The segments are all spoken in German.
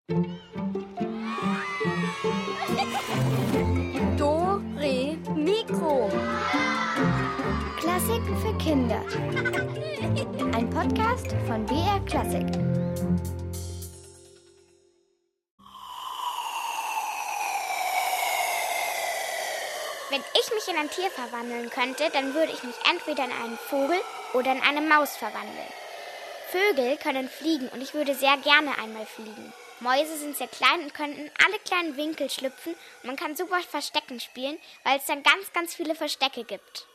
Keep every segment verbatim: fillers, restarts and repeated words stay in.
Dore Mikro. Klassiken für Kinder. Ein Podcast von B R Klassik. Wenn ich mich in ein Tier verwandeln könnte, dann würde ich mich entweder in einen Vogel oder in eine Maus verwandeln. Vögel können fliegen und ich würde sehr gerne einmal fliegen. Mäuse sind sehr klein und können in alle kleinen Winkel schlüpfen und man kann super Verstecken spielen, weil es dann ganz, ganz viele Verstecke gibt.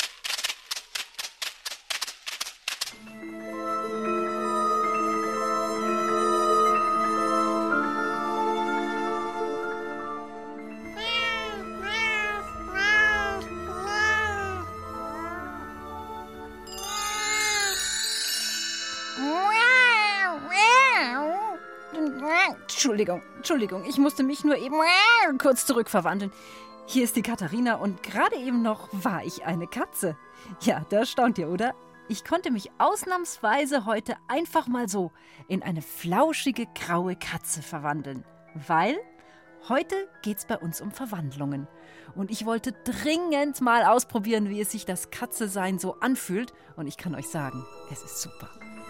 Entschuldigung, Entschuldigung, ich musste mich nur eben kurz zurückverwandeln. Hier ist die Katharina und gerade eben noch war ich eine Katze. Ja, da staunt ihr, oder? Ich konnte mich ausnahmsweise heute einfach mal so in eine flauschige graue Katze verwandeln. Weil heute geht's bei uns um Verwandlungen. Und ich wollte dringend mal ausprobieren, wie es sich das Katze-Sein so anfühlt. Und ich kann euch sagen, es ist super.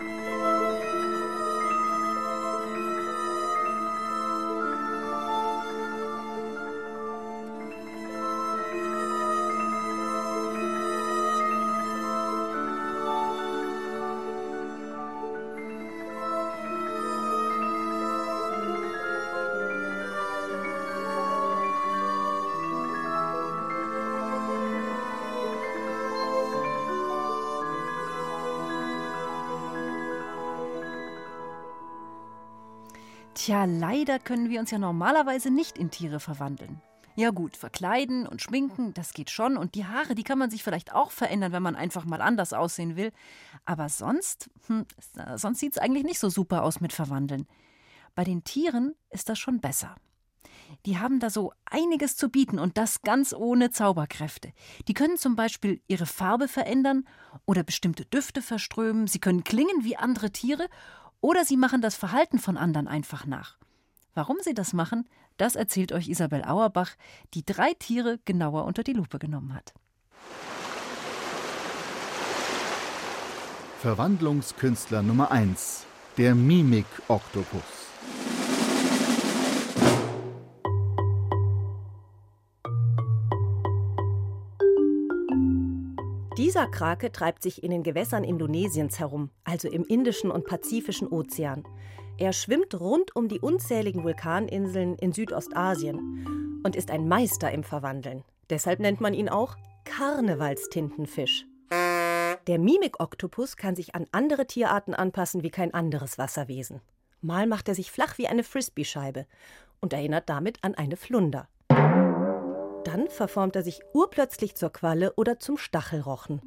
Tja, leider können wir uns ja normalerweise nicht in Tiere verwandeln. Ja gut, verkleiden und schminken, das geht schon. Und die Haare, die kann man sich vielleicht auch verändern, wenn man einfach mal anders aussehen will. Aber sonst, hm, sonst sieht es eigentlich nicht so super aus mit Verwandeln. Bei den Tieren ist das schon besser. Die haben da so einiges zu bieten und das ganz ohne Zauberkräfte. Die können zum Beispiel ihre Farbe verändern oder bestimmte Düfte verströmen. Sie können klingen wie andere Tiere. Oder sie machen das Verhalten von anderen einfach nach. Warum sie das machen, das erzählt euch Isabel Auerbach, die drei Tiere genauer unter die Lupe genommen hat. Verwandlungskünstler Nummer eins, der Mimik-Oktopus. Dieser Krake treibt sich in den Gewässern Indonesiens herum, also im Indischen und Pazifischen Ozean. Er schwimmt rund um die unzähligen Vulkaninseln in Südostasien und ist ein Meister im Verwandeln. Deshalb nennt man ihn auch Karnevalstintenfisch. Der Mimik-Oktopus kann sich an andere Tierarten anpassen wie kein anderes Wasserwesen. Mal macht er sich flach wie eine Frisbee-Scheibe und erinnert damit an eine Flunder. Dann verformt er sich urplötzlich zur Qualle oder zum Stachelrochen.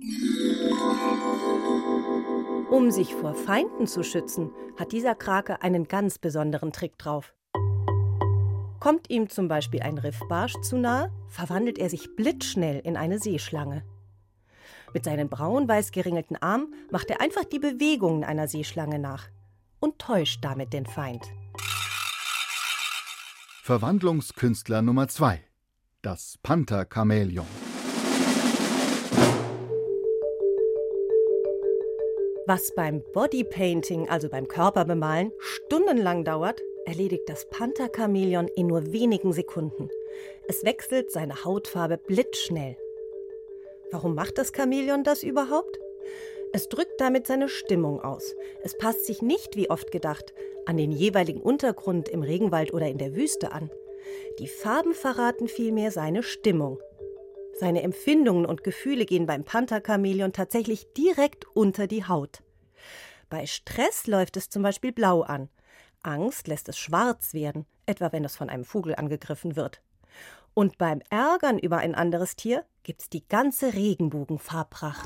Um sich vor Feinden zu schützen, hat dieser Krake einen ganz besonderen Trick drauf. Kommt ihm zum Beispiel ein Riffbarsch zu nahe, verwandelt er sich blitzschnell in eine Seeschlange. Mit seinen braun-weiß geringelten Armen macht er einfach die Bewegungen einer Seeschlange nach und täuscht damit den Feind. Verwandlungskünstler Nummer zwei. Das Panther-Chamäleon. Was beim Bodypainting, also beim Körperbemalen, stundenlang dauert, erledigt das Panther-Chamäleon in nur wenigen Sekunden. Es wechselt seine Hautfarbe blitzschnell. Warum macht das Chamäleon das überhaupt? Es drückt damit seine Stimmung aus. Es passt sich nicht, wie oft gedacht, an den jeweiligen Untergrund im Regenwald oder in der Wüste an. Die Farben verraten vielmehr seine Stimmung. Seine Empfindungen und Gefühle gehen beim Panther-Chamäleon tatsächlich direkt unter die Haut. Bei Stress läuft es zum Beispiel blau an. Angst lässt es schwarz werden, etwa wenn es von einem Vogel angegriffen wird. Und beim Ärgern über ein anderes Tier gibt's die ganze Regenbogenfarbpracht.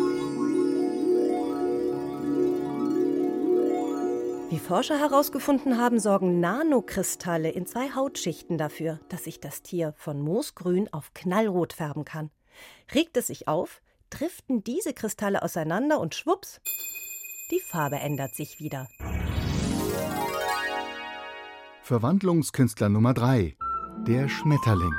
Wie Forscher herausgefunden haben, sorgen Nanokristalle in zwei Hautschichten dafür, dass sich das Tier von moosgrün auf knallrot färben kann. Regt es sich auf, driften diese Kristalle auseinander und schwupps, die Farbe ändert sich wieder. Verwandlungskünstler Nummer drei. Der Schmetterling.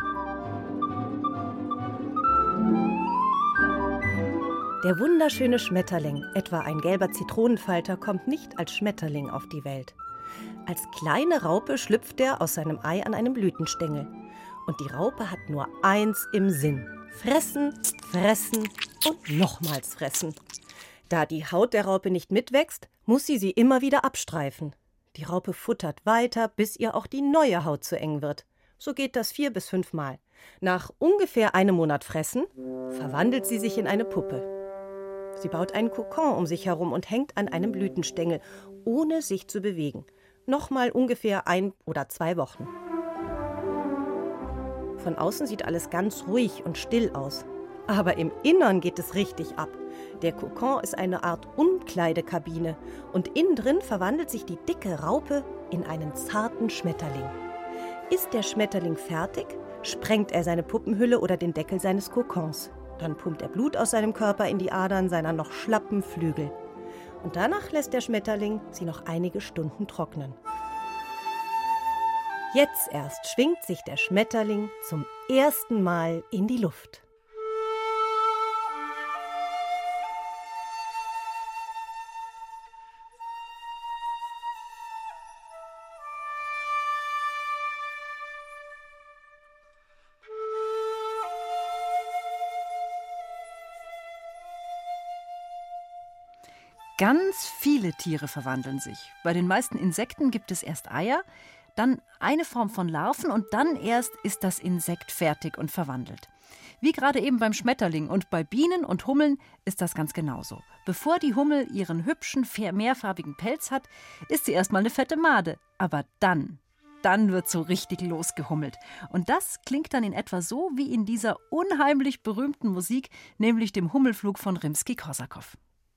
Der wunderschöne Schmetterling, etwa ein gelber Zitronenfalter, kommt nicht als Schmetterling auf die Welt. Als kleine Raupe schlüpft er aus seinem Ei an einem Blütenstängel. Und die Raupe hat nur eins im Sinn: fressen, fressen und nochmals fressen. Da die Haut der Raupe nicht mitwächst, muss sie sie immer wieder abstreifen. Die Raupe futtert weiter, bis ihr auch die neue Haut zu eng wird. So geht das vier bis fünf Mal. Nach ungefähr einem Monat Fressen verwandelt sie sich in eine Puppe. Sie baut einen Kokon um sich herum und hängt an einem Blütenstängel, ohne sich zu bewegen. Nochmal ungefähr ein oder zwei Wochen. Von außen sieht alles ganz ruhig und still aus. Aber im Innern geht es richtig ab. Der Kokon ist eine Art Umkleidekabine und innen drin verwandelt sich die dicke Raupe in einen zarten Schmetterling. Ist der Schmetterling fertig, sprengt er seine Puppenhülle oder den Deckel seines Kokons. Dann pumpt er Blut aus seinem Körper in die Adern seiner noch schlappen Flügel. Und danach lässt der Schmetterling sie noch einige Stunden trocknen. Jetzt erst schwingt sich der Schmetterling zum ersten Mal in die Luft. Ganz viele Tiere verwandeln sich. Bei den meisten Insekten gibt es erst Eier, dann eine Form von Larven und dann erst ist das Insekt fertig und verwandelt. Wie gerade eben beim Schmetterling, und bei Bienen und Hummeln ist das ganz genauso. Bevor die Hummel ihren hübschen, mehrfarbigen Pelz hat, ist sie erstmal eine fette Made. Aber dann, dann wird so richtig losgehummelt. Und das klingt dann in etwa so wie in dieser unheimlich berühmten Musik, nämlich dem Hummelflug von Rimski-Korsakow.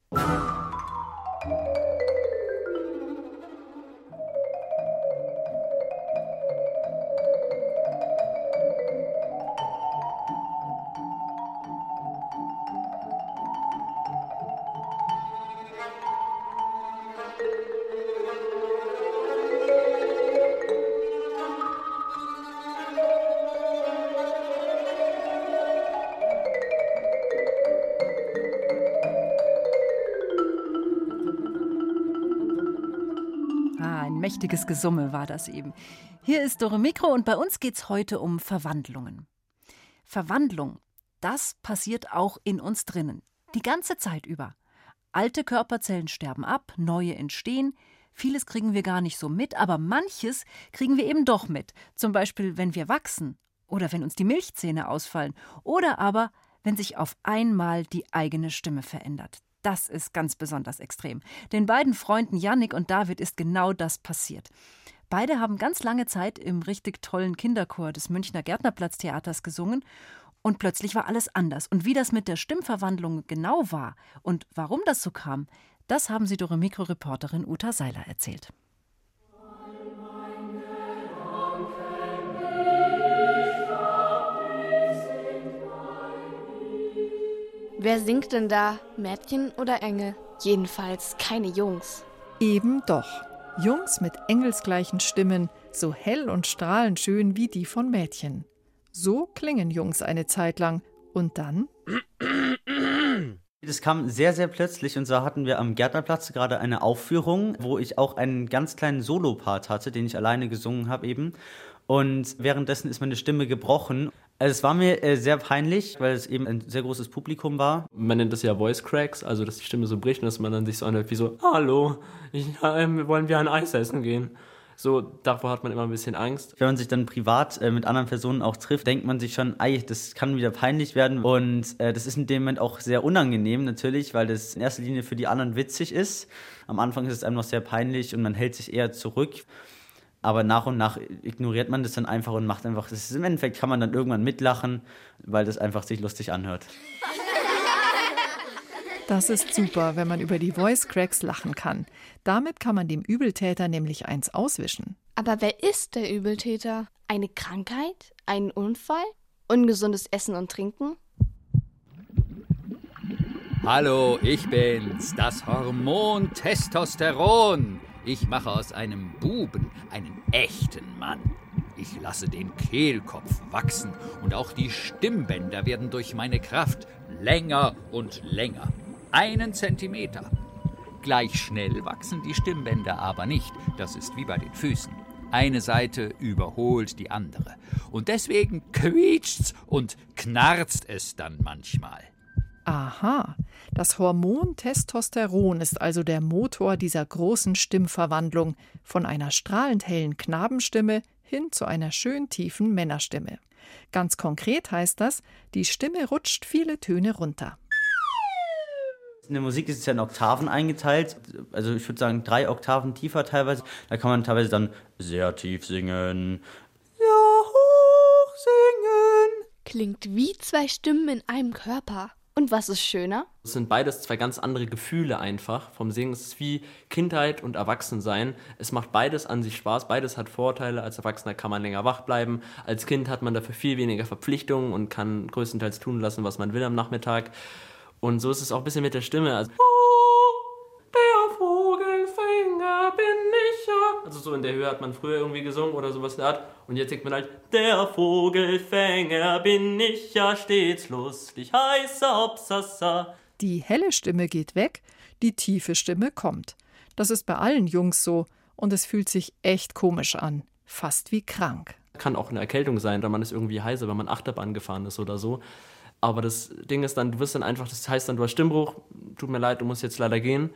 Mächtiges Gesumme war das eben. Hier ist Dore Mikro und bei uns geht's heute um Verwandlungen. Verwandlung, das passiert auch in uns drinnen, die ganze Zeit über. Alte Körperzellen sterben ab, neue entstehen. Vieles kriegen wir gar nicht so mit, aber manches kriegen wir eben doch mit. Zum Beispiel, wenn wir wachsen oder wenn uns die Milchzähne ausfallen oder aber, wenn sich auf einmal die eigene Stimme verändert. Das ist ganz besonders extrem. Den beiden Freunden Jannik und David ist genau das passiert. Beide haben ganz lange Zeit im richtig tollen Kinderchor des Münchner Gärtnerplatztheaters gesungen und plötzlich war alles anders. Und wie das mit der Stimmverwandlung genau war und warum das so kam, das haben sie Dore Mikro-Reporterin Uta Seiler erzählt. Wer singt denn da? Mädchen oder Engel? Jedenfalls keine Jungs. Eben doch. Jungs mit engelsgleichen Stimmen, so hell und strahlend schön wie die von Mädchen. So klingen Jungs eine Zeit lang. Und dann? Das kam sehr, sehr plötzlich und zwar hatten wir am Gärtnerplatz gerade eine Aufführung, wo ich auch einen ganz kleinen Solopart hatte, den ich alleine gesungen habe eben. Und währenddessen ist meine Stimme gebrochen. Also es war mir äh, sehr peinlich, weil es eben ein sehr großes Publikum war. Man nennt das ja Voice Cracks, also dass die Stimme so bricht und dass man dann sich so anhört wie so, hallo, ich, äh, wollen wir ein Eis essen gehen? So, davor hat man immer ein bisschen Angst. Wenn man sich dann privat äh, mit anderen Personen auch trifft, denkt man sich schon, ey, das kann wieder peinlich werden. Und äh, das ist in dem Moment auch sehr unangenehm natürlich, weil das in erster Linie für die anderen witzig ist. Am Anfang ist es einem noch sehr peinlich und man hält sich eher zurück. Aber nach und nach ignoriert man das dann einfach und macht einfach, das ist, im Endeffekt kann man dann irgendwann mitlachen, weil das einfach sich lustig anhört. Das ist super, wenn man über die Voice Cracks lachen kann. Damit kann man dem Übeltäter nämlich eins auswischen. Aber wer ist der Übeltäter? Eine Krankheit? Ein Unfall? Ungesundes Essen und Trinken? Hallo, ich bin's, das Hormon Testosteron. Ich mache aus einem Buben einen echten Mann. Ich lasse den Kehlkopf wachsen und auch die Stimmbänder werden durch meine Kraft länger und länger. Einen Zentimeter. Gleich schnell wachsen die Stimmbänder aber nicht. Das ist wie bei den Füßen. Eine Seite überholt die andere. Und deswegen quietscht's und knarzt es dann manchmal. Aha, das Hormon Testosteron ist also der Motor dieser großen Stimmverwandlung von einer strahlend hellen Knabenstimme hin zu einer schön tiefen Männerstimme. Ganz konkret heißt das, die Stimme rutscht viele Töne runter. In der Musik ist es ja in Oktaven eingeteilt, also ich würde sagen drei Oktaven tiefer teilweise. Da kann man teilweise dann sehr tief singen, sehr hoch singen. Klingt wie zwei Stimmen in einem Körper. Und was ist schöner? Es sind beides zwei ganz andere Gefühle einfach vom Singen. Es ist wie Kindheit und Erwachsensein. Es macht beides an sich Spaß, beides hat Vorteile. Als Erwachsener kann man länger wach bleiben. Als Kind hat man dafür viel weniger Verpflichtungen und kann größtenteils tun lassen, was man will am Nachmittag. Und so ist es auch ein bisschen mit der Stimme. Also, oh, der Vogelfänger bin ich ja. Also so in der Höhe hat man früher irgendwie gesungen oder sowas in der Art. Und jetzt singt man halt, der Vogelfänger bin ich ja stets lustig, heißer Obsassa. Die helle Stimme geht weg, die tiefe Stimme kommt. Das ist bei allen Jungs so und es fühlt sich echt komisch an, fast wie krank. Kann auch eine Erkältung sein, da man ist irgendwie heiser, wenn man Achterbahn gefahren ist oder so. Aber das Ding ist dann, du wirst dann einfach, das heißt dann, du hast Stimmbruch, tut mir leid, du musst jetzt leider gehen.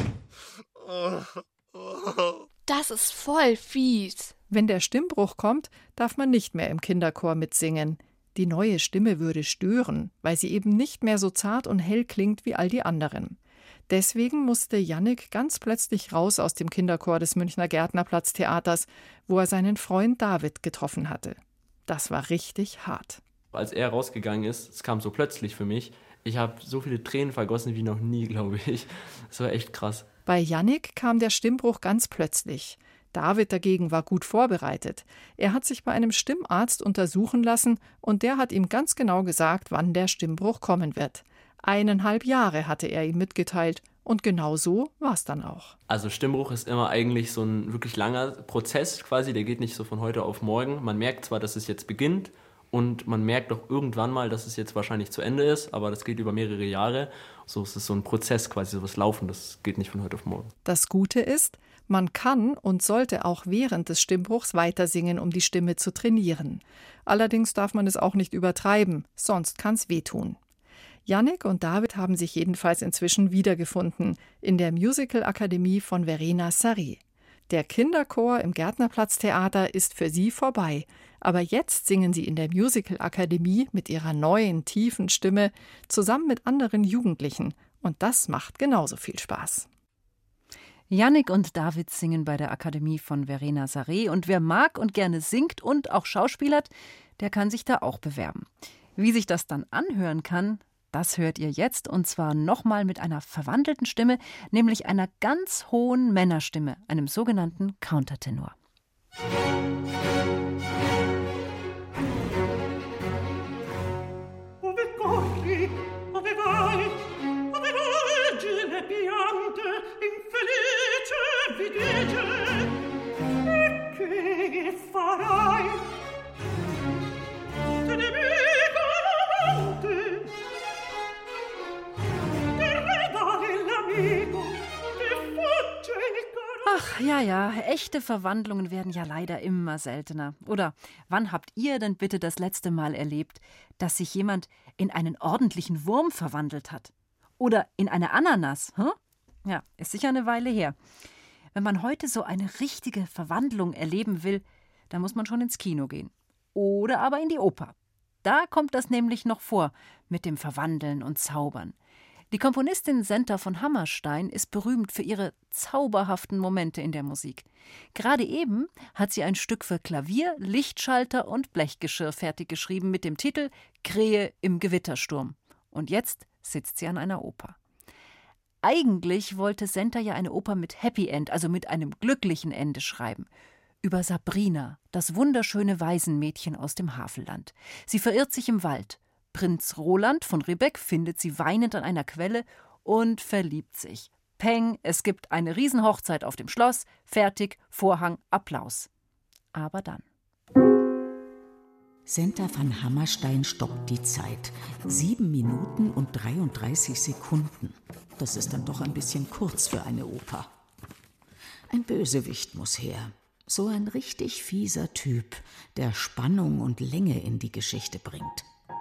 Das ist voll fies. Wenn der Stimmbruch kommt, darf man nicht mehr im Kinderchor mitsingen. Die neue Stimme würde stören, weil sie eben nicht mehr so zart und hell klingt wie all die anderen. Deswegen musste Jannik ganz plötzlich raus aus dem Kinderchor des Münchner Gärtnerplatztheaters, wo er seinen Freund David getroffen hatte. Das war richtig hart. Als er rausgegangen ist, es kam so plötzlich für mich, ich habe so viele Tränen vergossen wie noch nie, glaube ich. Das war echt krass. Bei Jannik kam der Stimmbruch ganz plötzlich. David dagegen war gut vorbereitet. Er hat sich bei einem Stimmarzt untersuchen lassen und der hat ihm ganz genau gesagt, wann der Stimmbruch kommen wird. Eineinhalb Jahre hatte er ihm mitgeteilt und genau so war es dann auch. Also Stimmbruch ist immer eigentlich so ein wirklich langer Prozess quasi, der geht nicht so von heute auf morgen. Man merkt zwar, dass es jetzt beginnt, und man merkt doch irgendwann mal, dass es jetzt wahrscheinlich zu Ende ist, aber das geht über mehrere Jahre. So ist es so ein Prozess quasi, so was Laufen, das geht nicht von heute auf morgen. Das Gute ist, man kann und sollte auch während des Stimmbruchs weiter singen, um die Stimme zu trainieren. Allerdings darf man es auch nicht übertreiben, sonst kann es wehtun. Jannik und David haben sich jedenfalls inzwischen wiedergefunden in der Musical-Akademie von Verena Sarri. Der Kinderchor im Gärtnerplatztheater ist für sie vorbei. Aber jetzt singen sie in der Musical-Akademie mit ihrer neuen, tiefen Stimme zusammen mit anderen Jugendlichen. Und das macht genauso viel Spaß. Jannik und David singen bei der Akademie von Verena Sarri. Und wer mag und gerne singt und auch schauspielert, der kann sich da auch bewerben. Wie sich das dann anhören kann, das hört ihr jetzt, und zwar nochmal mit einer verwandelten Stimme, nämlich einer ganz hohen Männerstimme, einem sogenannten Countertenor. Ach, ja, ja, echte Verwandlungen werden ja leider immer seltener. Oder wann habt ihr denn bitte das letzte Mal erlebt, dass sich jemand in einen ordentlichen Wurm verwandelt hat? Oder in eine Ananas? Hm? Ja, ist sicher eine Weile her. Wenn man heute so eine richtige Verwandlung erleben will, dann muss man schon ins Kino gehen. Oder aber in die Oper. Da kommt das nämlich noch vor mit dem Verwandeln und Zaubern. Die Komponistin Senta von Hammerstein ist berühmt für ihre zauberhaften Momente in der Musik. Gerade eben hat sie ein Stück für Klavier, Lichtschalter und Blechgeschirr fertig geschrieben mit dem Titel »Krähe im Gewittersturm«. Und jetzt sitzt sie an einer Oper. Eigentlich wollte Senta ja eine Oper mit Happy End, also mit einem glücklichen Ende schreiben. Über Sabrina, das wunderschöne Waisenmädchen aus dem Havelland. Sie verirrt sich im Wald. Prinz Roland von Ribbeck findet sie weinend an einer Quelle und verliebt sich. Peng, es gibt eine Riesenhochzeit auf dem Schloss, fertig, Vorhang, Applaus. Aber dann. Senta van Hammerstein stoppt die Zeit. Sieben Minuten und dreiunddreißig Sekunden. Das ist dann doch ein bisschen kurz für eine Oper. Ein Bösewicht muss her. So ein richtig fieser Typ, der Spannung und Länge in die Geschichte bringt.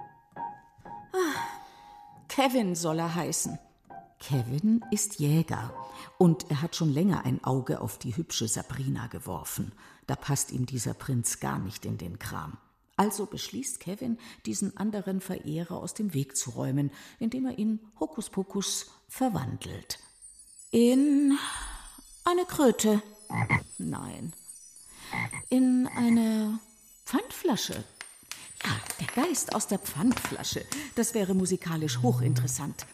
Ah, Kevin soll er heißen. Kevin ist Jäger und er hat schon länger ein Auge auf die hübsche Sabrina geworfen. Da passt ihm dieser Prinz gar nicht in den Kram. Also beschließt Kevin, diesen anderen Verehrer aus dem Weg zu räumen, indem er ihn Hokuspokus verwandelt. In eine Kröte. Nein. In eine Pfandflasche. Ja, der Geist aus der Pfandflasche. Das wäre musikalisch hochinteressant.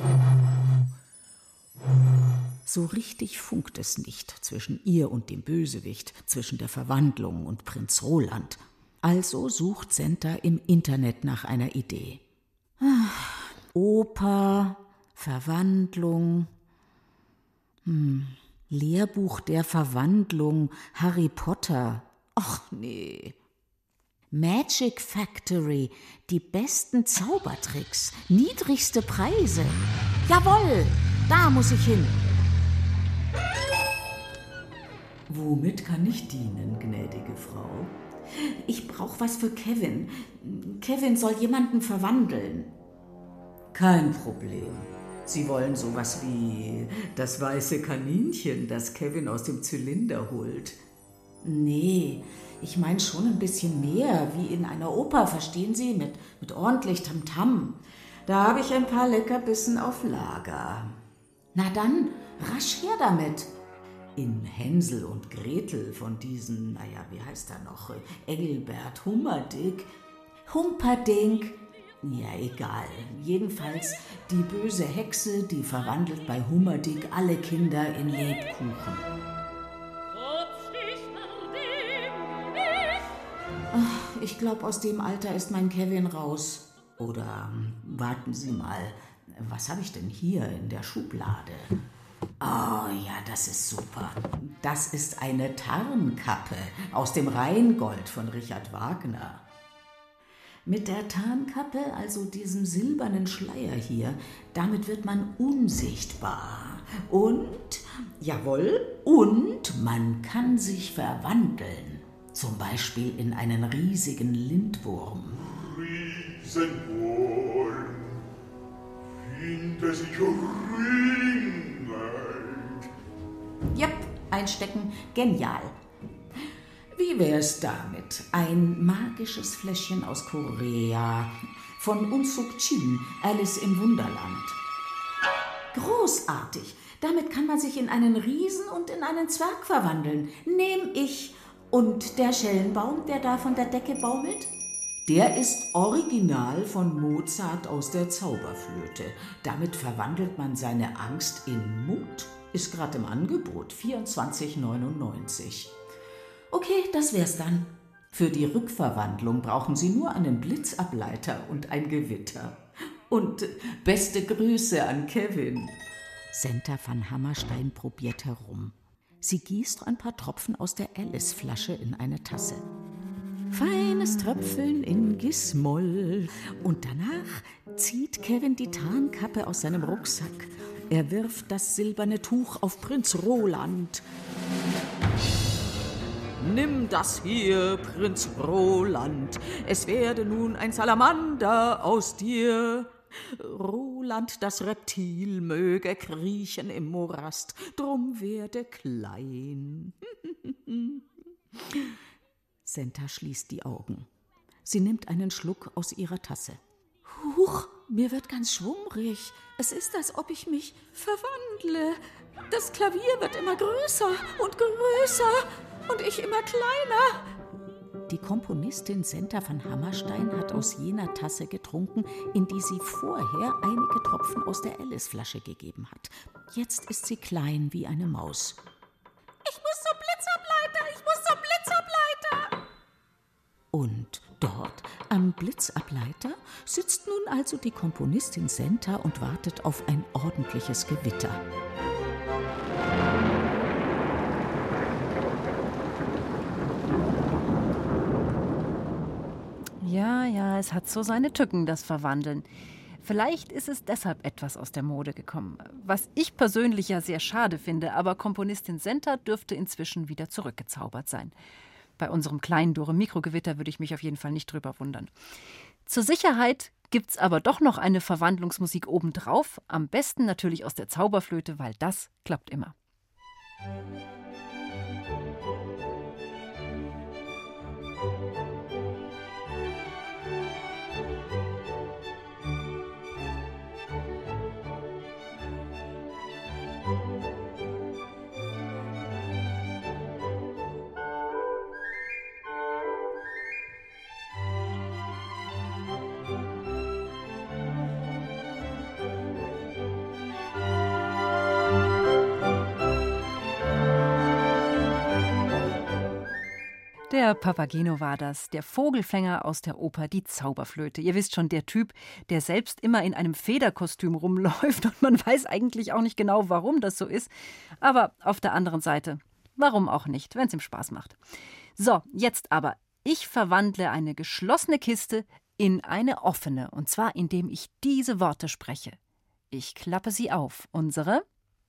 So richtig funkt es nicht zwischen ihr und dem Bösewicht, zwischen der Verwandlung und Prinz Roland. Also sucht Senta im Internet nach einer Idee. Ach, Oper, Verwandlung, hm, Lehrbuch der Verwandlung, Harry Potter. Ach nee. Magic Factory, die besten Zaubertricks, niedrigste Preise. Jawohl, da muss ich hin. Womit kann ich dienen, gnädige Frau? Ich brauche was für Kevin. Kevin soll jemanden verwandeln. Kein Problem. Sie wollen sowas wie das weiße Kaninchen, das Kevin aus dem Zylinder holt. Nee, ich meine schon ein bisschen mehr, wie in einer Oper, verstehen Sie, mit, mit ordentlich Tamtam. Da habe ich ein paar Leckerbissen auf Lager. Na dann, rasch her damit. In Hänsel und Gretel von diesen, naja, wie heißt er noch, Engelbert Humperdinck. Humperdinck. Ja, egal. Jedenfalls die böse Hexe, die verwandelt bei Humperdinck alle Kinder in Lebkuchen. Ach, ich glaube, aus dem Alter ist mein Kevin raus. Oder warten Sie mal, was habe ich denn hier in der Schublade? Oh ja, das ist super. Das ist eine Tarnkappe aus dem Rheingold von Richard Wagner. Mit der Tarnkappe, also diesem silbernen Schleier hier, damit wird man unsichtbar. Und, jawohl, und man kann sich verwandeln. Zum Beispiel in einen riesigen Lindwurm. Riesenwurm, hinter sich ringelt. Jep, einstecken, genial. Wie wär's damit? Ein magisches Fläschchen aus Korea von Unsuk Chin, Alice im Wunderland. Großartig! Damit kann man sich in einen Riesen und in einen Zwerg verwandeln. Nehm ich. Und der Schellenbaum, der da von der Decke baumelt? Der ist original von Mozart aus der Zauberflöte. Damit verwandelt man seine Angst in Mut. Ist gerade im Angebot, vierundzwanzig neunundneunzig. Okay, das wär's dann. Für die Rückverwandlung brauchen Sie nur einen Blitzableiter und ein Gewitter. Und beste Grüße an Kevin. Senta van Hammerstein probiert herum. Sie gießt ein paar Tropfen aus der Alice-Flasche in eine Tasse. Feines Tröpfeln in Gismoll. Und danach zieht Kevin die Tarnkappe aus seinem Rucksack. Er wirft das silberne Tuch auf Prinz Roland. Nimm das hier, Prinz Roland. Es werde nun ein Salamander aus dir. Roland, das Reptil, möge kriechen im Morast, drum werde klein. Senta schließt die Augen. Sie nimmt einen Schluck aus ihrer Tasse. Huch, mir wird ganz schwummrig. Es ist, als ob ich mich verwandle. Das Klavier wird immer größer und größer und ich immer kleiner. Die Komponistin Senta van Hammerstein hat aus jener Tasse getrunken, in die sie vorher einige Tropfen aus der Alice-Flasche gegeben hat. Jetzt ist sie klein wie eine Maus. Ich muss zum Blitzableiter, ich muss zum Blitzableiter. Und dort, am Blitzableiter, sitzt nun also die Komponistin Senta und wartet auf ein ordentliches Gewitter. Ja, ja, es hat so seine Tücken, das Verwandeln. Vielleicht ist es deshalb etwas aus der Mode gekommen. Was ich persönlich ja sehr schade finde, aber Komponistin Senta dürfte inzwischen wieder zurückgezaubert sein. Bei unserem kleinen Dore-Mikrogewitter würde ich mich auf jeden Fall nicht drüber wundern. Zur Sicherheit gibt's aber doch noch eine Verwandlungsmusik obendrauf. Am besten natürlich aus der Zauberflöte, weil das klappt immer. Der Papageno war das, der Vogelfänger aus der Oper Die Zauberflöte. Ihr wisst schon, der Typ, der selbst immer in einem Federkostüm rumläuft und man weiß eigentlich auch nicht genau, warum das so ist. Aber auf der anderen Seite, warum auch nicht, wenn es ihm Spaß macht. So, jetzt aber, ich verwandle eine geschlossene Kiste in eine offene, und zwar indem ich diese Worte spreche. Ich klappe sie auf. Unsere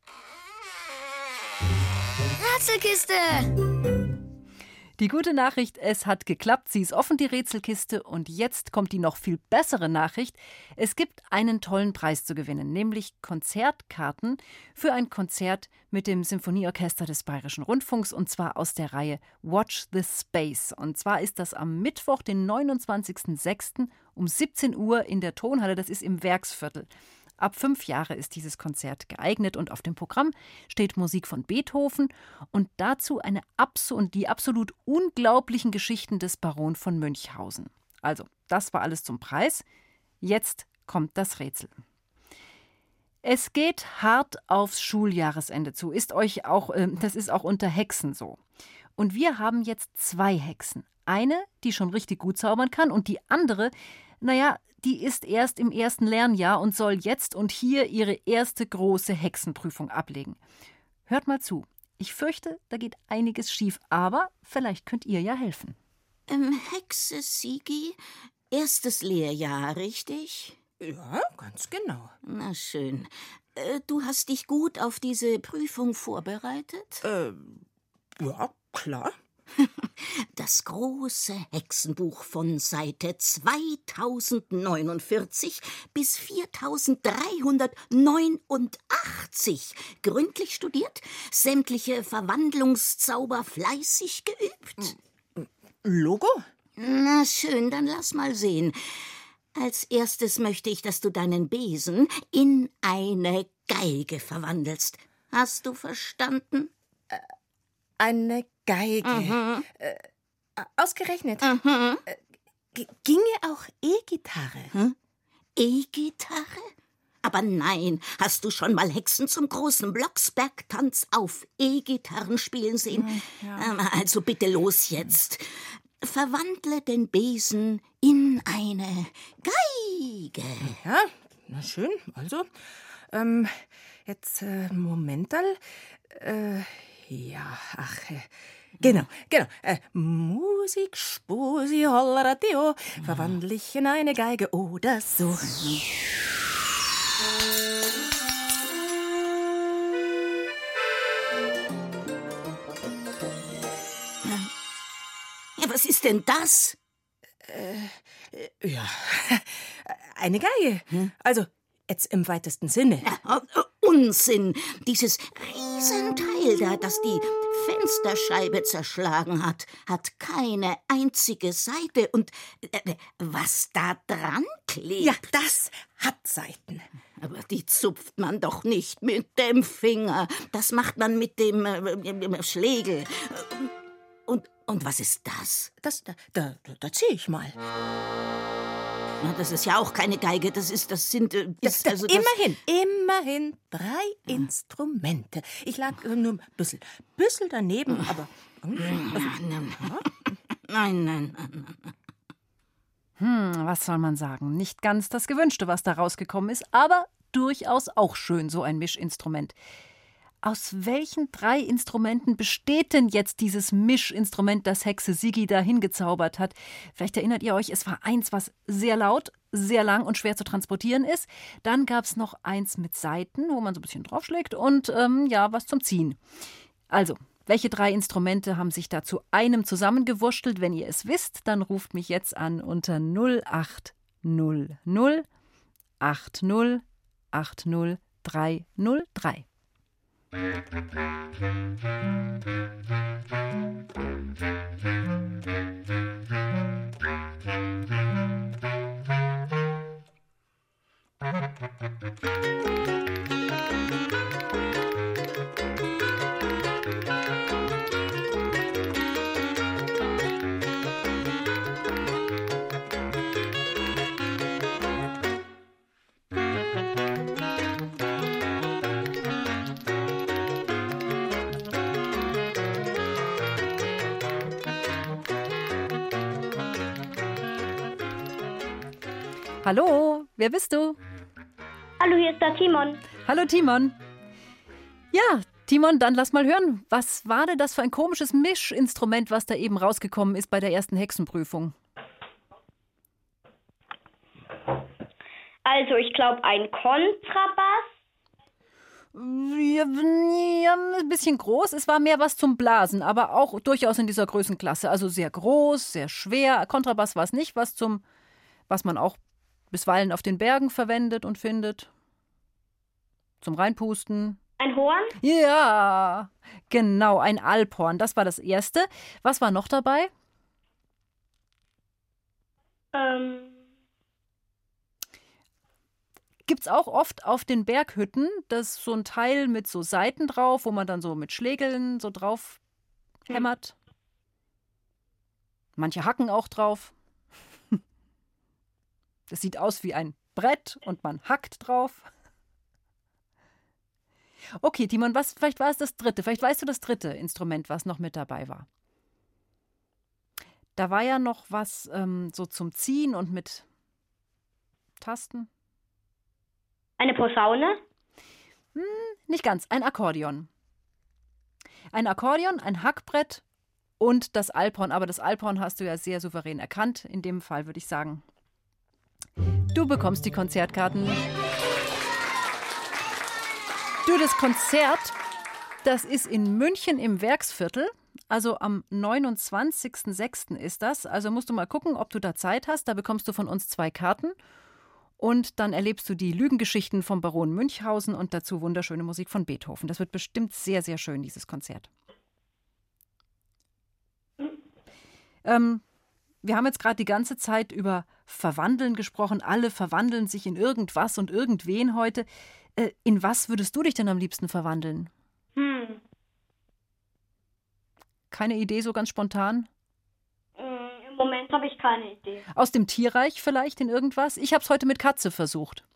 Rätselkiste! Die gute Nachricht, es hat geklappt, sie ist offen, die Rätselkiste. Und jetzt kommt die noch viel bessere Nachricht. Es gibt einen tollen Preis zu gewinnen, nämlich Konzertkarten für ein Konzert mit dem Symphonieorchester des Bayerischen Rundfunks, und zwar aus der Reihe Watch the Space. Und zwar ist das am Mittwoch, den neunundzwanzigsten sechsten um siebzehn Uhr in der Tonhalle, das ist im Werksviertel. Ab fünf Jahre ist dieses Konzert geeignet und auf dem Programm steht Musik von Beethoven und dazu eine abso- und die absolut unglaublichen Geschichten des Baron von Münchhausen. Also, das war alles zum Preis. Jetzt kommt das Rätsel. Es geht hart aufs Schuljahresende zu. Ist euch auch, äh, das ist auch unter Hexen so. Und wir haben jetzt zwei Hexen. Eine, die schon richtig gut zaubern kann, und die andere, naja, die ist erst im ersten Lernjahr und soll jetzt und hier ihre erste große Hexenprüfung ablegen. Hört mal zu. Ich fürchte, da geht einiges schief, aber vielleicht könnt ihr ja helfen. Ähm, Hexe Sigi, erstes Lehrjahr, richtig? Ja, ganz genau. Na schön. Äh, du hast dich gut auf diese Prüfung vorbereitet? Äh, ja, klar. Das große Hexenbuch von Seite zweitausendneunundvierzig bis viertausenddreihundertneunundachtzig. Gründlich studiert, sämtliche Verwandlungszauber fleißig geübt. Logo? Na schön, dann lass mal sehen. Als erstes möchte ich, dass du deinen Besen in eine Geige verwandelst. Hast du verstanden? Äh, eine Geige. Mhm. Äh, ausgerechnet. Mhm. Äh, g- ginge auch E-Gitarre? Hm? E-Gitarre? Aber nein, hast du schon mal Hexen zum großen Blocksberg-Tanz auf E-Gitarren spielen sehen? Ja. Also bitte los jetzt. Verwandle den Besen in eine Geige. Ja, na schön. Also, ähm, jetzt, äh, Momental. Äh, ja, ach, äh, genau, genau. Äh, Musik, Spusi, Holleradio, verwandle ich in eine Geige oder so. Ja, was ist denn das? Äh, ja, eine Geige. Hm? Also, jetzt im weitesten Sinne. Ja, Unsinn. Dieses Riesenteil da, das die Fensterscheibe zerschlagen hat, hat keine einzige Seite. Und äh, was da dran klebt... Ja, das hat Seiten. Aber die zupft man doch nicht mit dem Finger. Das macht man mit dem äh, Schlegel. Und, und was ist das? Das, da, da, da zieh ich mal. Na, das ist ja auch keine Geige, das ist, das sind... Äh, ist, das, also das immerhin, immerhin drei ja. Instrumente. Ich lag äh, nur ein bisschen, bisschen daneben, aber... Also, nein, nein, nein, nein. Hm, was soll man sagen? Nicht ganz das Gewünschte, was da rausgekommen ist, aber durchaus auch schön, so ein Mischinstrument. Aus welchen drei Instrumenten besteht denn jetzt dieses Mischinstrument, das Hexe Siggi da hingezaubert hat? Vielleicht erinnert ihr euch, es war eins, was sehr laut, sehr lang und schwer zu transportieren ist. Dann gab es noch eins mit Saiten, wo man so ein bisschen draufschlägt und ähm, ja, was zum Ziehen. Also, welche drei Instrumente haben sich da zu einem zusammengewurschtelt? Wenn ihr es wisst, dann ruft mich jetzt an unter null acht null null acht null acht null drei null drei. Hallo, wer bist du? Hallo, hier ist der Timon. Hallo Timon. Ja, Timon, dann lass mal hören. Was war denn das für ein komisches Mischinstrument, was da eben rausgekommen ist bei der ersten Hexenprüfung? Also, ich glaube, ein Kontrabass. Ja, ja, ein bisschen groß. Es war mehr was zum Blasen, aber auch durchaus in dieser Größenklasse. Also sehr groß, sehr schwer. Kontrabass war es nicht, was zum, was man auch bisweilen auf den Bergen verwendet und findet. Zum Reinpusten. Ein Horn? Ja, genau, ein Alphorn. Das war das erste. Was war noch dabei? Ähm. Gibt's auch oft auf den Berghütten. Das ist so ein Teil mit so Saiten drauf, wo man dann so mit Schlägeln so drauf hämmert. Manche hacken auch drauf. Das sieht aus wie ein Brett und man hackt drauf. Okay, Timon, was, vielleicht war es das dritte. Vielleicht weißt du das dritte Instrument, was noch mit dabei war. Da war ja noch was ähm, so zum Ziehen und mit Tasten. Eine Posaune? Hm, nicht ganz, ein Akkordeon. Ein Akkordeon, ein Hackbrett und das Alphorn. Aber das Alphorn hast du ja sehr souverän erkannt. In dem Fall würde ich sagen, du bekommst die Konzertkarten. Du, das Konzert, das ist in München im Werksviertel. Also am neunundzwanzigsten sechsten ist das. Also musst du mal gucken, ob du da Zeit hast. Da bekommst du von uns zwei Karten. Und dann erlebst du die Lügengeschichten vom Baron Münchhausen und dazu wunderschöne Musik von Beethoven. Das wird bestimmt sehr, sehr schön, dieses Konzert. Ähm, wir haben jetzt gerade die ganze Zeit über Verwandeln gesprochen. Alle verwandeln sich in irgendwas und irgendwen heute. Äh, in was würdest du dich denn am liebsten verwandeln? Hm. Keine Idee, so ganz spontan? Im Moment habe ich keine Idee. Aus dem Tierreich vielleicht in irgendwas? Ich habe es heute mit Katze versucht.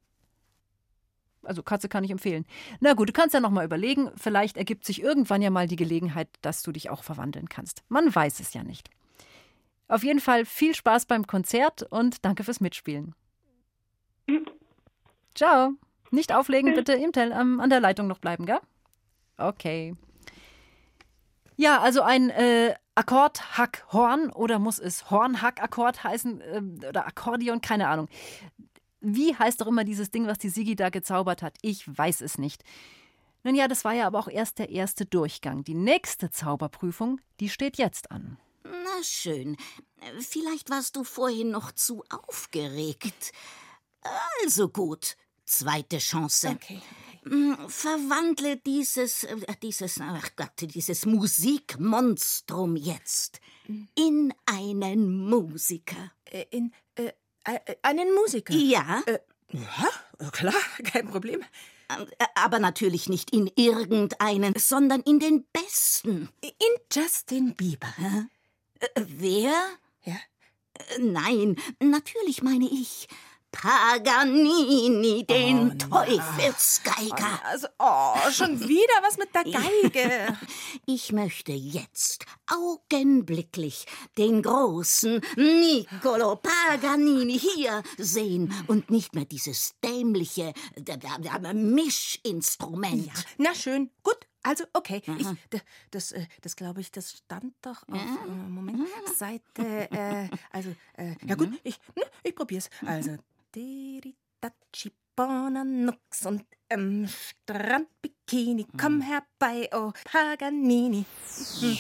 Also Katze kann ich empfehlen. Na gut, du kannst ja noch mal überlegen. Vielleicht ergibt sich irgendwann ja mal die Gelegenheit, dass du dich auch verwandeln kannst. Man weiß es ja nicht. Auf jeden Fall viel Spaß beim Konzert und danke fürs Mitspielen. Mhm. Ciao. Nicht auflegen, bitte im Tel- ähm, an der Leitung noch bleiben, gell? Okay. Ja, also ein äh, Akkord, Hack, Horn oder muss es Horn-Hack-Akkord heißen äh, oder Akkordeon, keine Ahnung. Wie heißt doch immer dieses Ding, was die Siggi da gezaubert hat? Ich weiß es nicht. Nun ja, das war ja aber auch erst der erste Durchgang. Die nächste Zauberprüfung, die steht jetzt an. Na schön. Vielleicht warst du vorhin noch zu aufgeregt. Also gut, zweite Chance. Okay. Verwandle dieses, dieses, ach Gott, dieses Musikmonstrum jetzt in einen Musiker. Äh, in, äh, einen Musiker? Ja. Äh, ja, klar, kein Problem. Aber natürlich nicht in irgendeinen, sondern in den besten. In Justin Bieber. Äh, wer? Ja. Äh, nein, natürlich meine ich Paganini, den oh, Teufelsgeiger. Also, oh, schon wieder was mit der Geige. Ich möchte jetzt augenblicklich den großen Niccolo Paganini hier sehen und nicht mehr dieses dämliche d- d- d- Mischinstrument. Ja, na schön, gut. Also, okay. Ich, d- das, äh, das glaube ich, das stand doch auf, äh, Moment, Seite, äh, also, äh, ja gut, ich, ne, ich probier's. Also, Deritaci Bonanux und im Strandbikini, komm herbei, oh Paganini. Hm.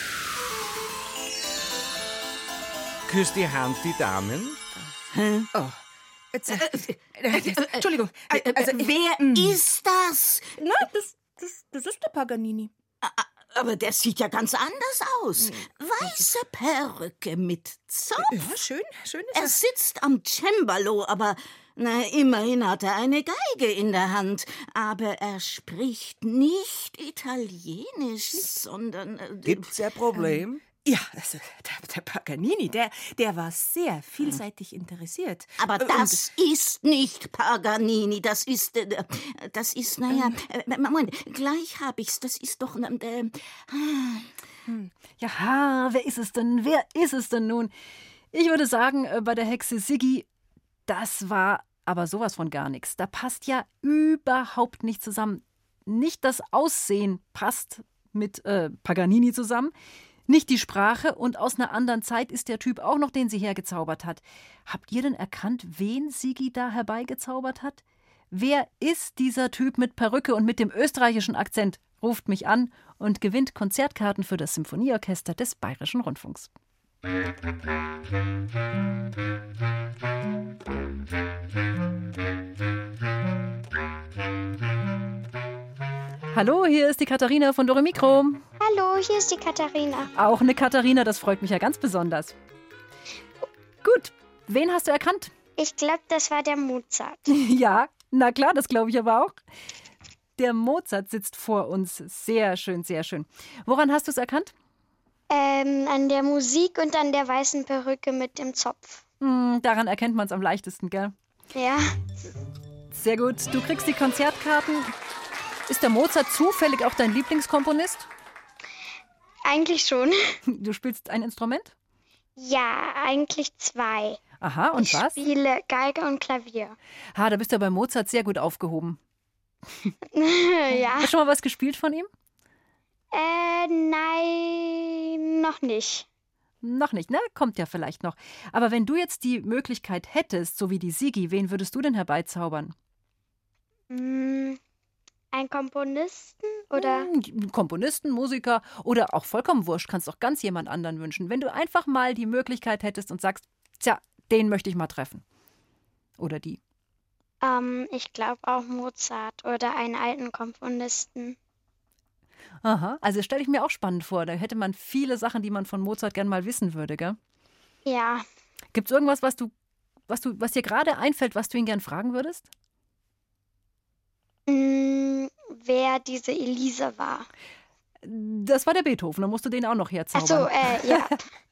Küsst die Hand die Damen? Oh. Jetzt, äh, äh, Entschuldigung. Äh, Also, äh, wer ist das? Na, das, das, das ist der Paganini. Aber der sieht ja ganz anders aus. Weiße Perücke mit Zopf. Ja, schön, schön ist Er er. sitzt am Cembalo, aber na, immerhin hat er eine Geige in der Hand. Aber er spricht nicht Italienisch, sondern... Äh, Gibt's ein Problem? Ja, also der, der Paganini, der, der war sehr vielseitig interessiert. Aber das ist nicht Paganini, das ist, äh, das ist, naja, äh, Moment, gleich hab ich's, das ist doch, äh, Hm. Ja, wer ist es denn? Wer ist es denn nun? Ich würde sagen, äh, bei der Hexe Siggi, das war aber sowas von gar nichts. Da passt ja überhaupt nicht zusammen. Nicht das Aussehen passt mit äh, Paganini zusammen, nicht die Sprache und aus einer anderen Zeit ist der Typ auch noch, den sie hergezaubert hat. Habt ihr denn erkannt, wen Siggi da herbeigezaubert hat? Wer ist dieser Typ mit Perücke und mit dem österreichischen Akzent? Ruft mich an und gewinnt Konzertkarten für das Symphonieorchester des Bayerischen Rundfunks. Hallo, hier ist die Katharina von Dore Mikro. Hallo, hier ist die Katharina. Auch eine Katharina, das freut mich ja ganz besonders. Gut, wen hast du erkannt? Ich glaube, das war der Mozart. Ja, na klar, das glaube ich aber auch. Der Mozart sitzt vor uns. Sehr schön, sehr schön. Woran hast du es erkannt? Ähm, an der Musik und an der weißen Perücke mit dem Zopf. Hm, daran erkennt man es am leichtesten, gell? Ja. Sehr gut, du kriegst die Konzertkarten. Ist der Mozart zufällig auch dein Lieblingskomponist? Eigentlich schon. Du spielst ein Instrument? Ja, eigentlich zwei. Aha, und ich was? Ich spiele Geige und Klavier. Ha, da bist du bei Mozart sehr gut aufgehoben. Ja. Hast du schon mal was gespielt von ihm? Äh, nein, noch nicht. Noch nicht, ne? Kommt ja vielleicht noch. Aber wenn du jetzt die Möglichkeit hättest, so wie die Siggi, wen würdest du denn herbeizaubern? Hm, ein Komponisten oder? Hm, Komponisten, Musiker oder auch vollkommen wurscht, kannst auch ganz jemand anderen wünschen. Wenn du einfach mal die Möglichkeit hättest und sagst, tja, den möchte ich mal treffen. Oder die. Ähm, ich glaube auch Mozart oder einen alten Komponisten. Aha, also stelle ich mir auch spannend vor. Da hätte man viele Sachen, die man von Mozart gern mal wissen würde, gell? Ja. Gibt es irgendwas, was du, was du, was dir gerade einfällt, was du ihn gern fragen würdest? Mm, wer diese Elise war. Das war der Beethoven, da musst du den auch noch herzaubern. Ach so, äh, ja.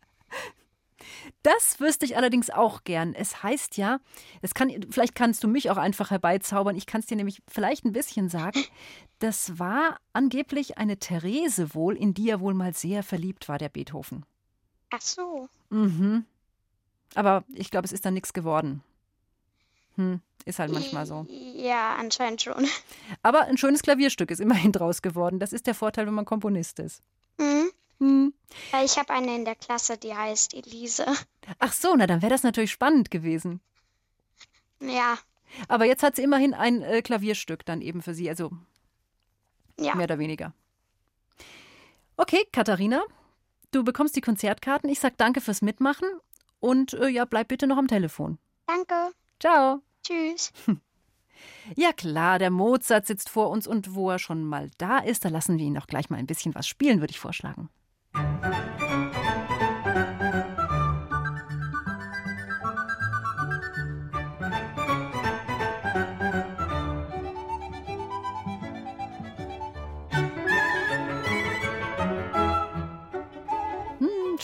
Das wüsste ich allerdings auch gern. Es heißt ja, es kann, vielleicht kannst du mich auch einfach herbeizaubern. Ich kann es dir nämlich vielleicht ein bisschen sagen. Das war angeblich eine Therese wohl, in die er wohl mal sehr verliebt war, der Beethoven. Ach so. Mhm. Aber ich glaube, es ist dann nichts geworden. Hm, ist halt manchmal so. Ja, anscheinend schon. Aber ein schönes Klavierstück ist immerhin draus geworden. Das ist der Vorteil, wenn man Komponist ist. Mhm. Hm. Ich habe eine in der Klasse, die heißt Elise. Ach so, na dann wäre das natürlich spannend gewesen. Ja. Aber jetzt hat sie immerhin ein äh, Klavierstück dann eben für sie, also ja. Mehr oder weniger. Okay, Katharina, du bekommst die Konzertkarten. Ich sag danke fürs Mitmachen und äh, ja, bleib bitte noch am Telefon. Danke. Ciao. Tschüss. Ja klar, der Mozart sitzt vor uns und wo er schon mal da ist, da lassen wir ihn auch gleich mal ein bisschen was spielen, würde ich vorschlagen.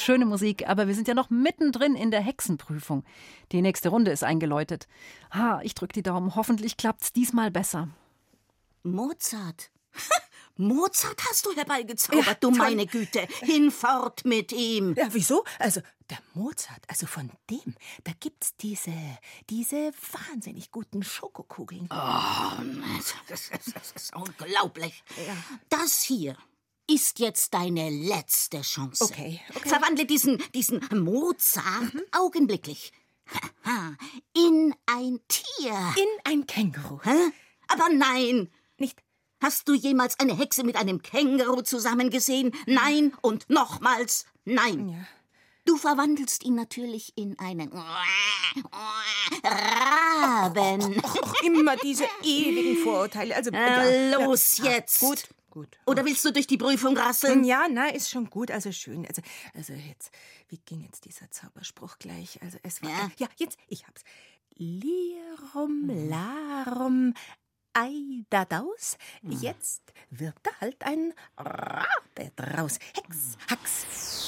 schöne Musik, aber wir sind ja noch mittendrin in der Hexenprüfung. Die nächste Runde ist eingeläutet. Ha, ich drück die Daumen, hoffentlich klappt's diesmal besser. Mozart. Mozart hast du herbeigezaubert, Ja, du toll. meine Güte. Hinfort mit ihm. Ja, wieso? Also, der Mozart, also von dem, da gibt's diese, diese wahnsinnig guten Schokokugeln. Oh, das ist, das ist unglaublich. Das hier ist jetzt deine letzte Chance. Okay, okay. Verwandle diesen, diesen Mozart augenblicklich in ein Tier. In ein Känguru. Hä? Aber nein. Nicht. Hast du jemals eine Hexe mit einem Känguru zusammengesehen? Nein und nochmals nein. Ja. Du verwandelst ihn natürlich in einen Raben. Och, immer diese ewigen Vorurteile. Also, Äh, ja, los ja. jetzt. Ah, gut, gut. Oder willst du durch die Prüfung rasseln? Ja, na, ist schon gut, also schön. Also, also jetzt, wie ging jetzt dieser Zauberspruch gleich? Also es war, Ja. ja, jetzt, ich hab's. Lirum, larum, Eidadaus. Jetzt wird da halt ein Rabe draus. Hex, Hax.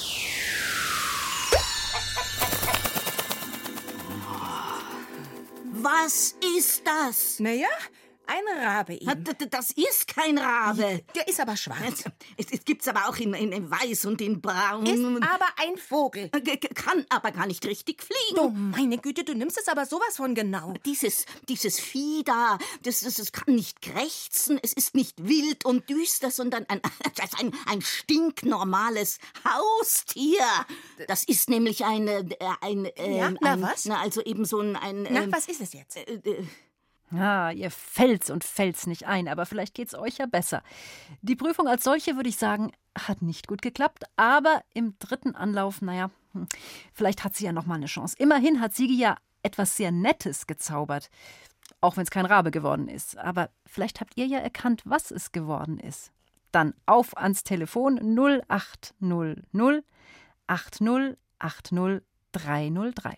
Was ist das? Naja, ein Rabe eben. D- d- Das ist kein Rabe. Der ist aber schwarz. Es, es gibt's aber auch in, in, in weiß und in braun. Ist aber ein Vogel. G- g- Kann aber gar nicht richtig fliegen. Oh, meine Güte, du nimmst es aber sowas von genau. Dieses, dieses Vieh da, das, das, das kann nicht krächzen, es ist nicht wild und düster, sondern ein, das ist ein, ein stinknormales Haustier. Das ist nämlich eine, äh, ein, äh, Ja, na ein, was? Na, also eben so ein, ein Na, ähm, was ist es jetzt? äh, äh, Ah, ihr fällt's und fällt's nicht ein, aber vielleicht geht's euch ja besser. Die Prüfung als solche, würde ich sagen, hat nicht gut geklappt, aber im dritten Anlauf, naja, hm, vielleicht hat sie ja noch mal eine Chance. Immerhin hat Sigi ja etwas sehr Nettes gezaubert, auch wenn es kein Rabe geworden ist. Aber vielleicht habt ihr ja erkannt, was es geworden ist. Dann auf ans Telefon null acht null null acht null acht null drei null drei.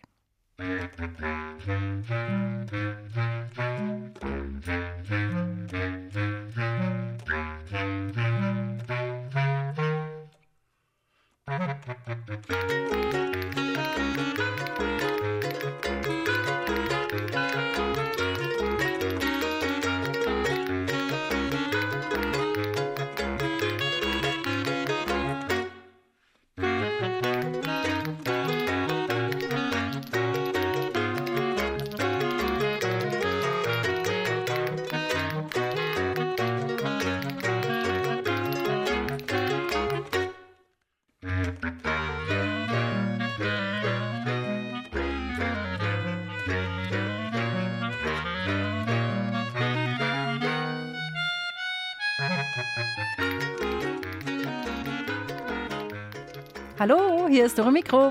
Hallo, hier ist Dore Mikro.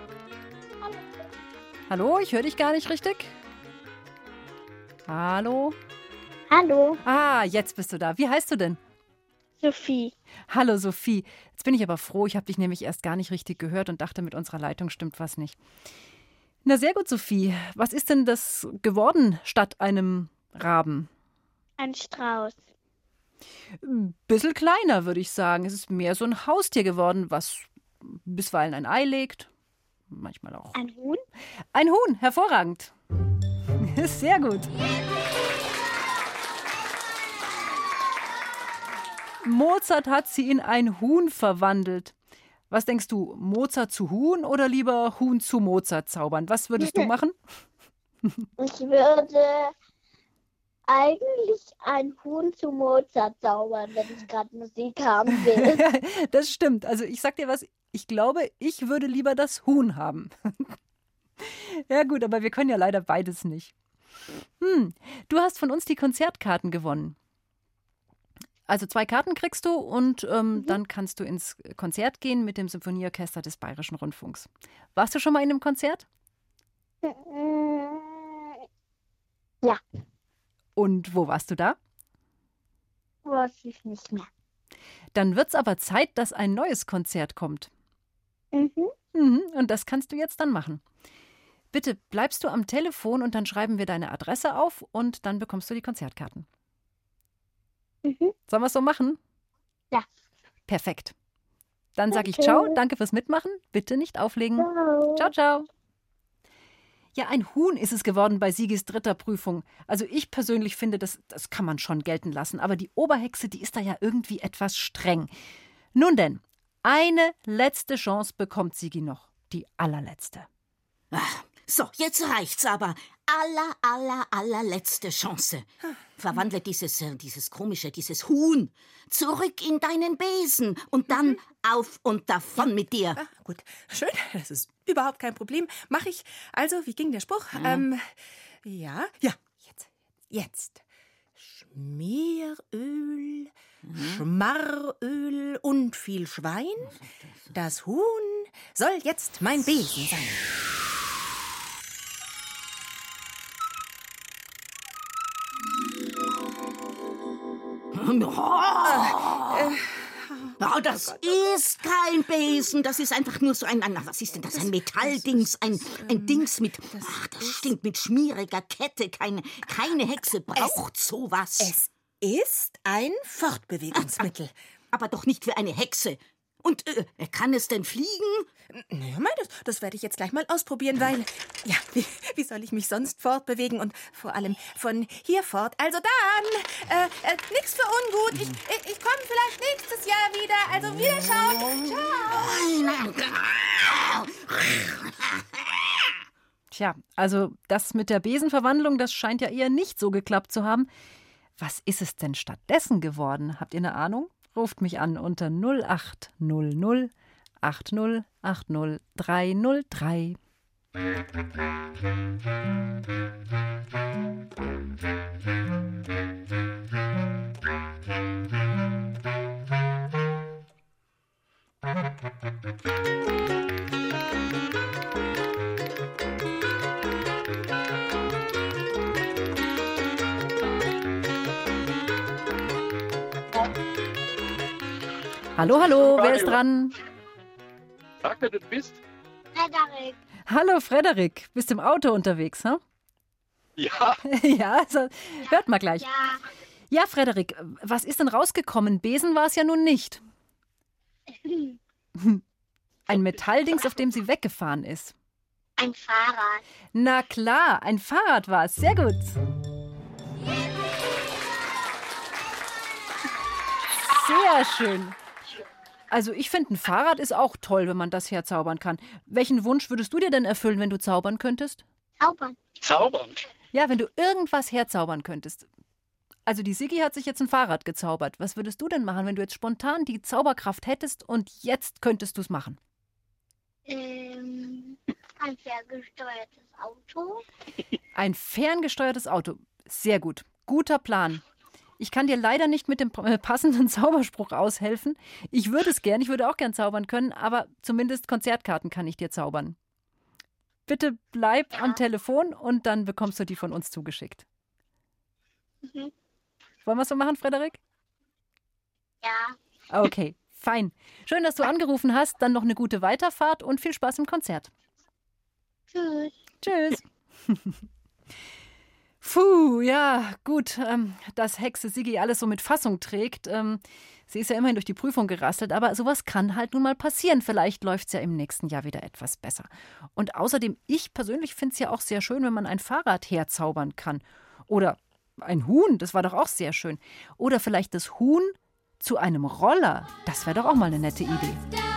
Hallo, ich höre dich gar nicht richtig. Hallo? Hallo, Ah, jetzt bist du da. Wie heißt du denn? Sophie. Hallo Sophie. Jetzt bin ich aber froh, ich habe dich nämlich erst gar nicht richtig gehört und dachte, mit unserer Leitung stimmt was nicht. Na sehr gut, Sophie. Was ist denn das geworden statt einem Raben? Ein Strauß. Ein bisschen kleiner, würde ich sagen. Es ist mehr so ein Haustier geworden, was bisweilen ein Ei legt. Manchmal auch. Ein Huhn? Ein Huhn, hervorragend. Sehr gut. Mozart hat sie in ein Huhn verwandelt. Was denkst du, Mozart zu Huhn oder lieber Huhn zu Mozart zaubern? Was würdest du machen? Ich würde eigentlich ein Huhn zu Mozart zaubern, wenn ich gerade Musik haben will. Das stimmt. Also ich sag dir was, ich glaube, ich würde lieber das Huhn haben. Ja gut, aber wir können ja leider beides nicht. Hm, du hast von uns die Konzertkarten gewonnen. Also zwei Karten kriegst du und ähm, mhm. dann kannst du ins Konzert gehen mit dem Symphonieorchester des Bayerischen Rundfunks. Warst du schon mal in einem Konzert? Ja. Und wo warst du da? Weiß ich nicht mehr. Dann wird's aber Zeit, dass ein neues Konzert kommt. Mhm. Mhm, und das kannst du jetzt dann machen. Bitte bleibst du am Telefon und dann schreiben wir deine Adresse auf und dann bekommst du die Konzertkarten. Mhm. Sollen wir es so machen? Ja. Perfekt. Dann sage ich Okay. ciao, danke fürs Mitmachen. Bitte nicht auflegen. Ciao. Ciao, ciao. Ja, ein Huhn ist es geworden bei Sigis dritter Prüfung. Also ich persönlich finde, das, das kann man schon gelten lassen. Aber die Oberhexe, die ist da ja irgendwie etwas streng. Nun denn, eine letzte Chance bekommt Sigi noch. Die allerletzte. Ach, so, jetzt reicht's aber. Aller, aller, allerletzte Chance. Verwandle dieses, äh, dieses komische, dieses Huhn zurück in deinen Besen und dann auf und davon mit dir. Ah, gut, schön, das ist überhaupt kein Problem. Mach ich. Also, wie ging der Spruch? Ähm, ja, ja, jetzt, jetzt. Schmieröl, Schmarröl und viel Schwein. Das Huhn soll jetzt mein Besen sein. Oh, oh, das ist kein Besen, das ist einfach nur so ein, ein was ist denn das, ein Metalldings, ein, ein Dings mit, ach, das stinkt mit schmieriger Kette, keine, keine Hexe braucht sowas. Es ist ein Fortbewegungsmittel. Aber doch nicht für eine Hexe. Und äh, kann es denn fliegen? Naja, mein, das, das werde ich jetzt gleich mal ausprobieren, weil, ja, wie, wie soll ich mich sonst fortbewegen und vor allem von hier fort? Also dann, äh, äh, nix für ungut. Ich, ich, ich komme vielleicht nächstes Jahr wieder. Also wiederschauen. Ciao. Tja, also das mit der Besenverwandlung, das scheint ja eher nicht so geklappt zu haben. Was ist es denn stattdessen geworden? Habt ihr eine Ahnung? Ruft mich an unter null acht null null acht null acht null drei null drei. Hallo, hallo, wer ist dran? Sag, wer du bist. Frederik. Hallo, Frederik. Bist im Auto unterwegs, hm? Ja. Ja, also, hört mal gleich. Ja. Ja, Frederik, was ist denn rausgekommen? Besen war es ja nun nicht. Ein Metalldings, auf dem sie weggefahren ist. Ein Fahrrad. Na klar, ein Fahrrad war es. Sehr gut. Sehr schön. Also ich finde, ein Fahrrad ist auch toll, wenn man das herzaubern kann. Welchen Wunsch würdest du dir denn erfüllen, wenn du zaubern könntest? Zaubern. Zaubern? Ja, wenn du irgendwas herzaubern könntest. Also die Sigi hat sich jetzt ein Fahrrad gezaubert. Was würdest du denn machen, wenn du jetzt spontan die Zauberkraft hättest und jetzt könntest du es machen? Ähm, ein ferngesteuertes Auto. Ein ferngesteuertes Auto. Sehr gut. Guter Plan. Ich kann dir leider nicht mit dem passenden Zauberspruch aushelfen. Ich würde es gern, ich würde auch gern zaubern können, aber zumindest Konzertkarten kann ich dir zaubern. Bitte bleib am Telefon und dann bekommst du die von uns zugeschickt. Mhm. Wollen wir es so machen, Frederik? Ja. Okay, fein. Schön, dass du angerufen hast. Dann noch eine gute Weiterfahrt und viel Spaß im Konzert. Tschüss. Tschüss. Puh, ja, gut, ähm, dass Hexe Sigi alles so mit Fassung trägt. Ähm, sie ist ja immerhin durch die Prüfung gerasselt, aber sowas kann halt nun mal passieren. Vielleicht läuft es ja im nächsten Jahr wieder etwas besser. Und außerdem, ich persönlich finde es ja auch sehr schön, wenn man ein Fahrrad herzaubern kann. Oder ein Huhn, das war doch auch sehr schön. Oder vielleicht das Huhn zu einem Roller. Das wäre doch auch mal eine nette Idee.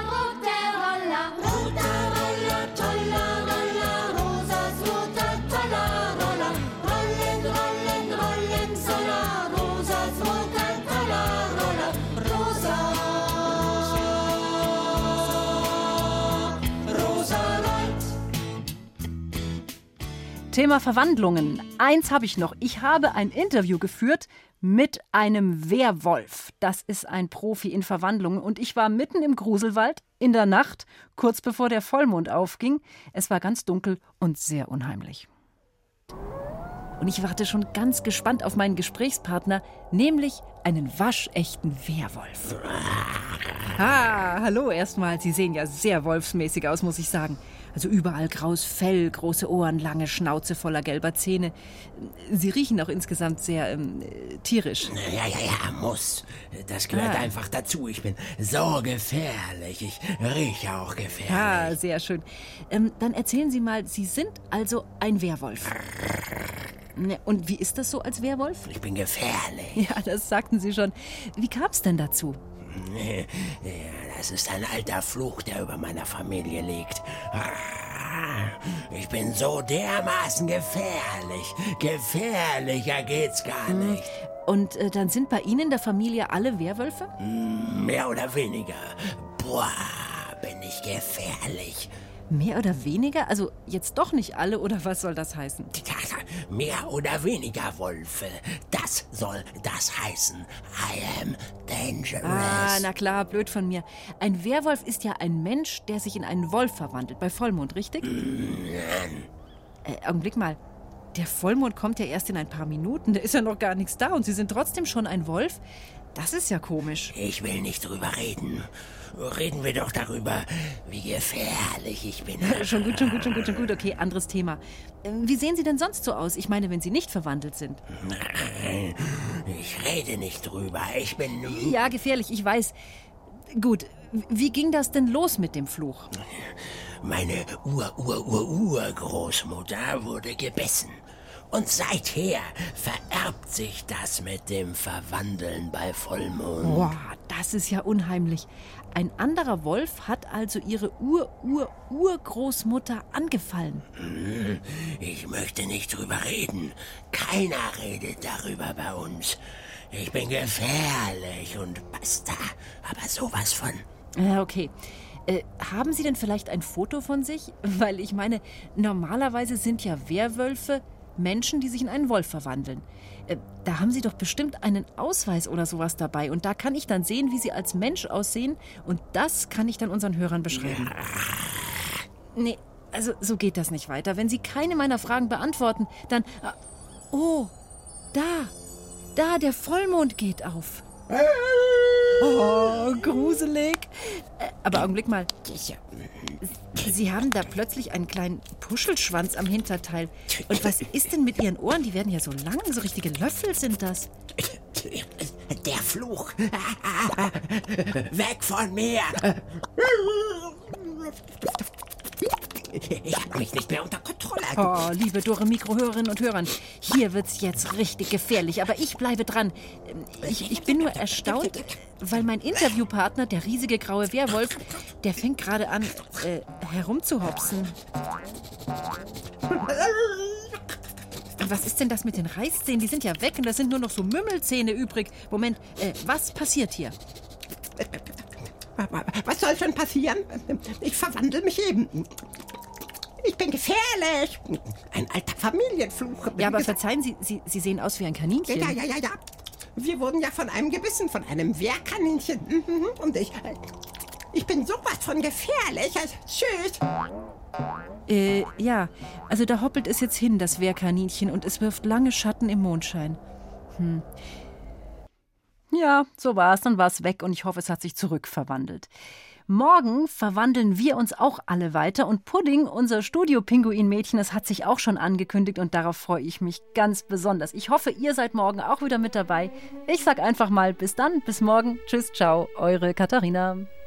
Thema Verwandlungen. Eins habe ich noch. Ich habe ein Interview geführt mit einem Werwolf. Das ist ein Profi in Verwandlungen. Und ich war mitten im Gruselwald in der Nacht, kurz bevor der Vollmond aufging. Es war ganz dunkel und sehr unheimlich. Und ich warte schon ganz gespannt auf meinen Gesprächspartner, nämlich einen waschechten Werwolf. Ah, hallo erstmal. Sie sehen ja sehr wolfsmäßig aus, muss ich sagen. Also überall graues Fell, große Ohren, lange Schnauze voller gelber Zähne. Sie riechen auch insgesamt sehr ähm, tierisch. Ja, ja, ja, muss. Das gehört Ah. einfach dazu. Ich bin so gefährlich. Ich rieche auch gefährlich. Ja, sehr schön. Ähm, dann erzählen Sie mal, Sie sind also ein Werwolf. Ne, und wie ist das so als Werwolf? Ich bin gefährlich. Ja, das sagten Sie schon. Wie kam es denn dazu? Ja, das ist ein alter Fluch, der über meiner Familie liegt. Ich bin so dermaßen gefährlich. Gefährlicher geht's gar nicht. Und äh, dann sind bei Ihnen in der Familie alle Werwölfe? Mehr oder weniger. Boah, bin ich gefährlich. Mehr oder weniger? Also jetzt doch nicht alle, oder was soll das heißen? Mehr oder weniger Wölfe. Das soll das heißen. I am dangerous. Ah, na klar, blöd von mir. Ein Werwolf ist ja ein Mensch, der sich in einen Wolf verwandelt. Bei Vollmond, richtig? Nein. Äh, Augenblick mal. Der Vollmond kommt ja erst in ein paar Minuten. Da ist ja noch gar nichts da und Sie sind trotzdem schon ein Wolf? Das ist ja komisch. Ich will nicht drüber reden. Reden wir doch darüber, wie gefährlich ich bin. Schon gut, schon gut, schon gut, schon gut. Okay, anderes Thema. Äh, Wie sehen Sie denn sonst so aus? Ich meine, wenn Sie nicht verwandelt sind. Nein, ich rede nicht drüber. Ich bin... Ja, gefährlich, ich weiß. Gut, wie ging das denn los mit dem Fluch? Meine Ur-Ur-Ur-Urgroßmutter wurde gebissen. Und seither vererbt sich das mit dem Verwandeln bei Vollmond. Boah, das ist ja unheimlich. Ein anderer Wolf hat also Ihre Ur-Ur-Urgroßmutter angefallen. Hm, Ich möchte nicht drüber reden. Keiner redet darüber bei uns. Ich bin gefährlich und basta. Aber sowas von. Ja, okay. Äh, haben Sie denn vielleicht ein Foto von sich? Weil ich meine, normalerweise sind ja Werwölfe Menschen, die sich in einen Wolf verwandeln. Äh, da haben Sie doch bestimmt einen Ausweis oder sowas dabei. Und da kann ich dann sehen, wie Sie als Mensch aussehen. Und das kann ich dann unseren Hörern beschreiben. Nee, also so geht das nicht weiter. Wenn Sie keine meiner Fragen beantworten, dann... Oh, da, da, der Vollmond geht auf. Oh, gruselig. Äh, Aber Augenblick mal. Sie haben da plötzlich einen kleinen Puschelschwanz am Hinterteil. Und was ist denn mit Ihren Ohren? Die werden ja so lang, so richtige Löffel sind das. Der Fluch. Weg von mir. Ich habe mich nicht mehr unter Kontrolle. Oh, liebe Dore Mikro-Hörerinnen und Hörern, hier wird's jetzt richtig gefährlich, aber ich bleibe dran. Ich, ich bin nur erstaunt, weil mein Interviewpartner, der riesige graue Werwolf, der fängt gerade an, äh, herumzuhopsen. Was ist denn das mit den Reißzähnen? Die sind ja weg und da sind nur noch so Mümmelzähne übrig. Moment, äh, was passiert hier? Was soll schon passieren? Ich verwandle mich eben. Ich bin gefährlich. Ein alter Familienfluch. Ja, aber verzeihen Sie, Sie, Sie sehen aus wie ein Kaninchen. Ja, ja, ja, ja. Wir wurden ja von einem gebissen, von einem Wehrkaninchen. Und ich, ich bin sowas von gefährlich. Tschüss. Äh, ja, also da hoppelt es jetzt hin, das Wehrkaninchen, und es wirft lange Schatten im Mondschein. Hm. Ja, so war es, dann war es weg und ich hoffe, es hat sich zurückverwandelt. Morgen verwandeln wir uns auch alle weiter und Pudding, unser Studio-Pinguin-Mädchen, das hat sich auch schon angekündigt und darauf freue ich mich ganz besonders. Ich hoffe, ihr seid morgen auch wieder mit dabei. Ich sag einfach mal bis dann, bis morgen. Tschüss, ciao, eure Katharina.